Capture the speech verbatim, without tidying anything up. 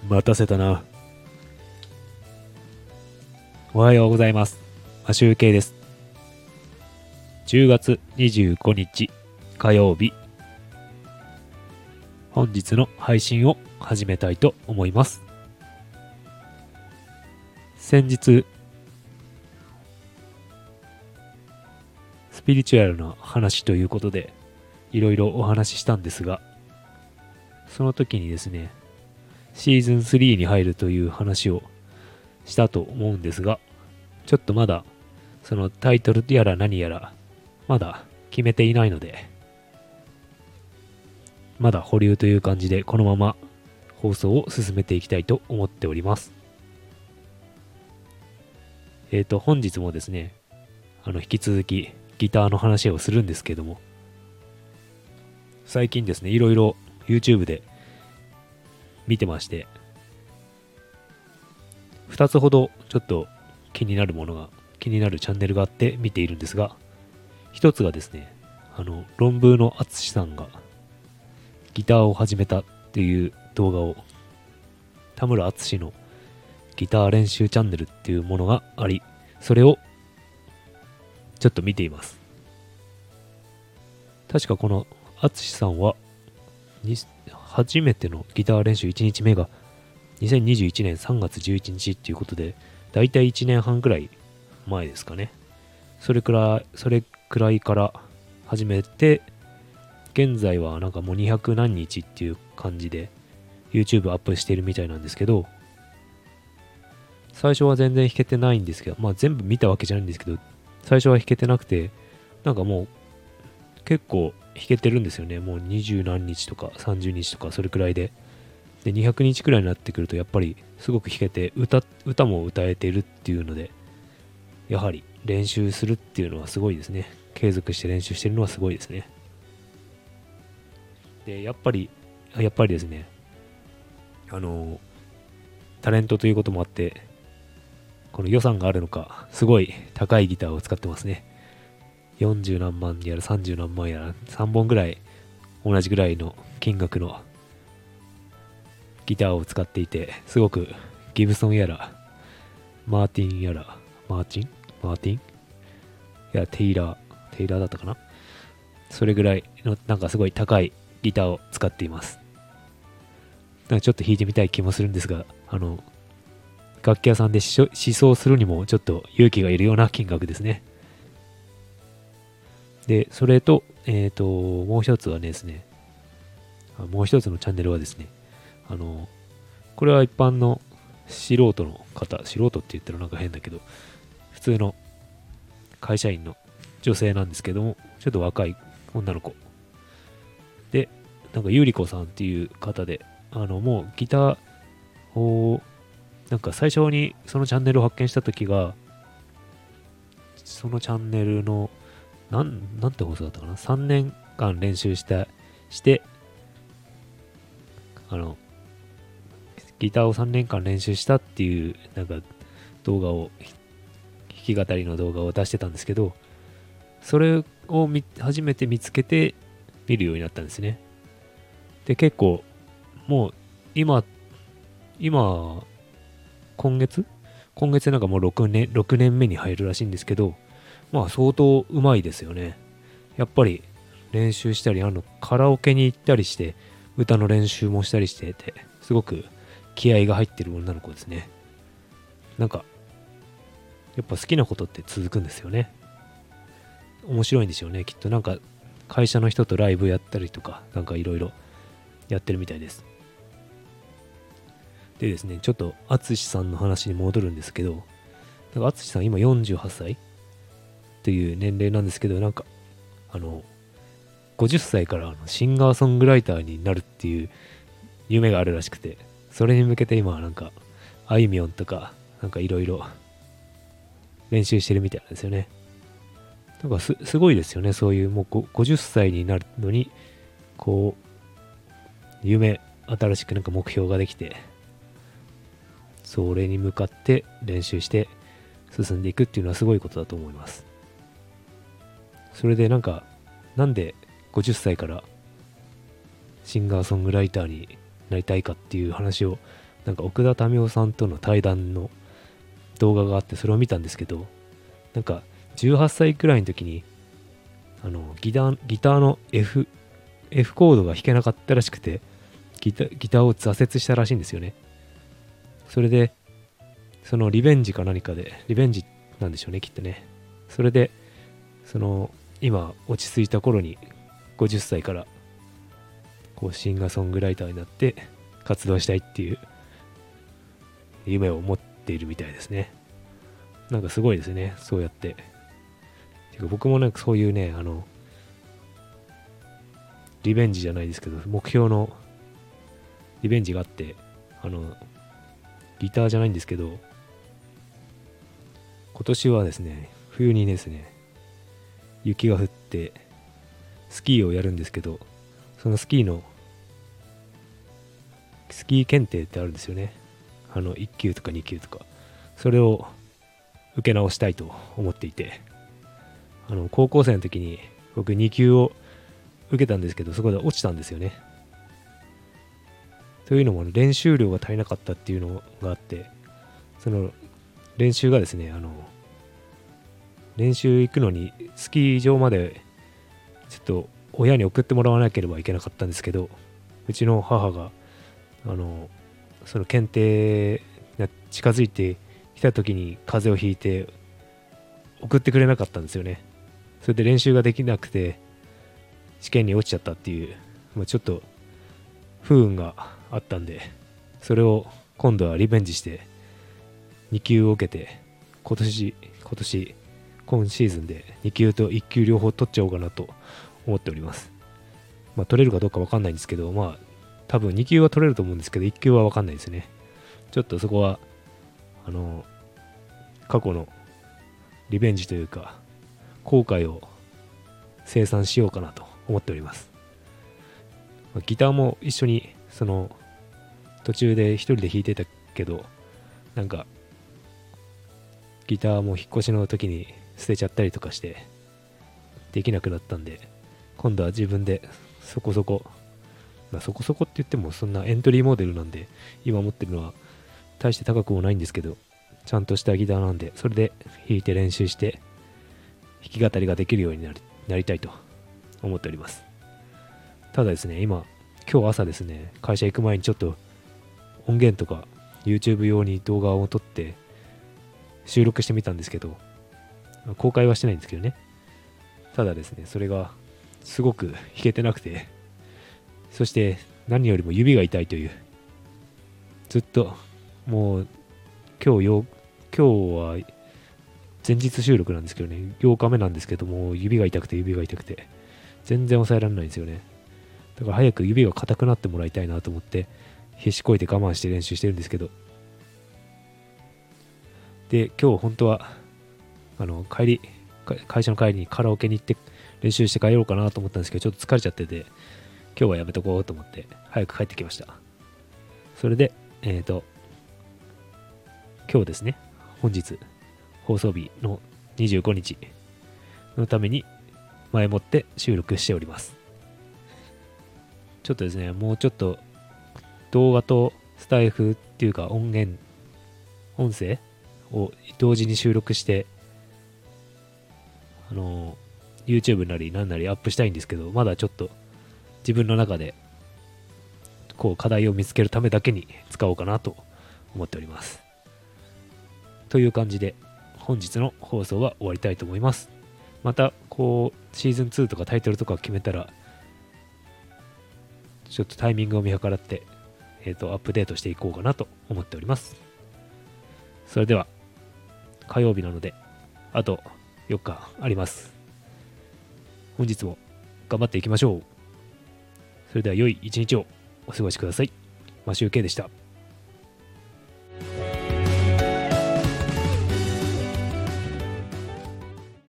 待たせたな。おはようございます。マシュウケイです。じゅうがつにじゅうごにち火曜日、本日の配信を始めたいと思います。先日スピリチュアルな話ということでいろいろお話ししたんですが、その時にですね、シーズンスリーに入るという話をしたと思うんですが、ちょっとまだそのタイトルやら何やらまだ決めていないので、まだ保留という感じでこのまま放送を進めていきたいと思っております。えーと本日もですね、あの引き続きギターの話をするんですけども、最近ですね、いろいろ YouTube で見てまして、ふたつほどちょっと気になるものが、気になるチャンネルがあって見ているんですが、ひとつがですね、あの、論文のあつしさんがギターを始めたっていう動画を、田村あつしのギター練習チャンネルっていうものがあり、それをちょっと見ています。確かこのあつしさんは初めてのギター練習いちにちめがにせんにじゅういちねんさんがつじゅういちにちっていうことで、だいたいいちねんはんくらい前ですかね。それくらい、それくらいから始めて、現在はなんかもうにひゃくなんにちっていう感じで YouTube アップしてるみたいなんですけど、最初は全然弾けてないんですけど、まあ全部見たわけじゃないんですけど、最初は弾けてなくて、なんかもう結構弾けてるんですよね。もうにじゅうなんにちとかさんじゅうにちとかそれくらいで。で、にひゃくにちくらいになってくるとやっぱりすごく弾けて、歌、歌も歌えてるっていうので、やはり練習するっていうのはすごいですね。継続して練習してるのはすごいですね。で、やっぱり、やっぱりですね、あの、タレントということもあって、この予算があるのか、すごい高いギターを使ってますね。よんじゅうなんまんやらさんじゅうなんまんやらさんぼんぐらい同じぐらいの金額のギターを使っていて、すごくギブソンやらマーティンやらマーチンマーティンいやテイラーテイラーだったかな、それぐらいのなんかすごい高いギターを使っています。なんかちょっと弾いてみたい気もするんですが、あの楽器屋さんで試奏するにもちょっと勇気がいるような金額ですね。で、それと、えっと、もう一つはですね、もう一つのチャンネルはですね、あの、これは一般の素人の方、素人って言ったらなんか変だけど、普通の会社員の女性なんですけども、ちょっと若い女の子。で、なんかゆりこさんっていう方で、あの、もうギターを、なんか最初にそのチャンネルを発見したときが、そのチャンネルの、なん、なんて放送だったかな ?さん 年間練習した、して、あの、ギターをさんねんかん練習したっていう、なんか動画を、弾き語りの動画を出してたんですけど、それを見初めて見つけて見るようになったんですね。で、結構、もう、今、今、今月今月なんかもうろくねん、ろくねんめに入るらしいんですけど、まあ相当うまいですよね。やっぱり練習したり、あのカラオケに行ったりして歌の練習もしたりしてて、すごく気合が入ってる女の子ですね。なんかやっぱ好きなことって続くんですよね。面白いんですよね、きっと。なんか会社の人とライブやったりとか、なんかいろいろやってるみたいです。でですね、ちょっとあつしさんの話に戻るんですけど、あつしさん今よんじゅうはっさいという年齢なんですけど、なんかあのごじゅっさいからあのシンガーソングライターになるっていう夢があるらしくて、それに向けて今はなんかあいみょんとかなんかいろいろ練習してるみたいなんですよね。なんか す, すごいですよね。そういうもうごじゅっさいになるのにこう夢、新しくなんか目標ができて、それに向かって練習して進んでいくっていうのはすごいことだと思います。それでなんかなんでごじゅっさいからシンガーソングライターになりたいかっていう話をなんか奥田民生さんとの対談の動画があって、それを見たんですけど、なんかじゅうはっさいくらいの時にあのギター、ギターの F、F コードが弾けなかったらしくて、ギタ、ギターを挫折したらしいんですよね。それでそのリベンジか何かで、リベンジなんでしょうね、きっとね。それでその今落ち着いた頃にごじゅっさいからこうシンガーソングライターになって活動したいっていう夢を持っているみたいですね。なんかすごいですね、そうやって。てか僕もなんかそういうね、あのリベンジじゃないですけど、目標のリベンジがあって、あのギターじゃないんですけど、今年はですね、冬にですね、雪が降ってスキーをやるんですけど、そのスキーのスキー検定ってあるんですよね。あのいっ級とかに級とか、それを受け直したいと思っていて、あの高校生の時に僕に級を受けたんですけど、そこで落ちたんですよね。というのも練習量が足りなかったっていうのがあって、その練習がですね、あの練習行くのにスキー場までちょっと親に送ってもらわなければいけなかったんですけど、うちの母があのその検定が近づいてきた時に風邪をひいて送ってくれなかったんですよね。それで練習ができなくて試験に落ちちゃったっていう、まあ、ちょっと不運があったんで、それを今度はリベンジしてに級を受けて、今年今年今シーズンでに級といっ級両方取っちゃおうかなと思っております。まあ取れるかどうか分かんないんですけど、まあ多分に級は取れると思うんですけど、いっ級は分かんないですね。ちょっとそこはあの過去のリベンジというか後悔を清算しようかなと思っております。まあ、ギターも一緒にその途中で一人で弾いてたけど、なんかギターも引っ越しの時に捨てちゃったりとかしてできなくなったんで、今度は自分でそこそこ、まあそこそこって言ってもそんなエントリーモデルなんで、今持ってるのは大して高くもないんですけど、ちゃんとしたギターなんで、それで弾いて練習して弾き語りができるようになり、なりたいと思っております。ただですね、今今日朝ですね、会社行く前にちょっと音源とか YouTube 用に動画を撮って収録してみたんですけど、公開はしてないんですけどね。ただですね、それがすごく弾けてなくて、そして何よりも指が痛いという、ずっともう今日よ今日は前日収録なんですけどね、ようかめなんですけども、指が痛くて指が痛くて全然抑えられないんですよね。だから早く指が硬くなってもらいたいなと思って必死こいて我慢して練習してるんですけど、で今日本当はあの帰り会社の帰りにカラオケに行って練習して帰ろうかなと思ったんですけど、ちょっと疲れちゃってて今日はやめとこうと思って早く帰ってきました。それでえっと今日ですね、本日放送日のにじゅうごにちのために前もって収録しております。ちょっとですね、もうちょっと動画とスタイフっていうか音源音声を同時に収録してあの YouTube なり何なりアップしたいんですけど、まだちょっと自分の中でこう課題を見つけるためだけに使おうかなと思っております。という感じで本日の放送は終わりたいと思います。またこうシーズンツーとかタイトルとか決めたらちょっとタイミングを見計らって、えーと、アップデートしていこうかなと思っております。それでは火曜日なのであとよっかあります。本日も頑張っていきましょう。それでは良い一日をお過ごしください。マシュウケイでした。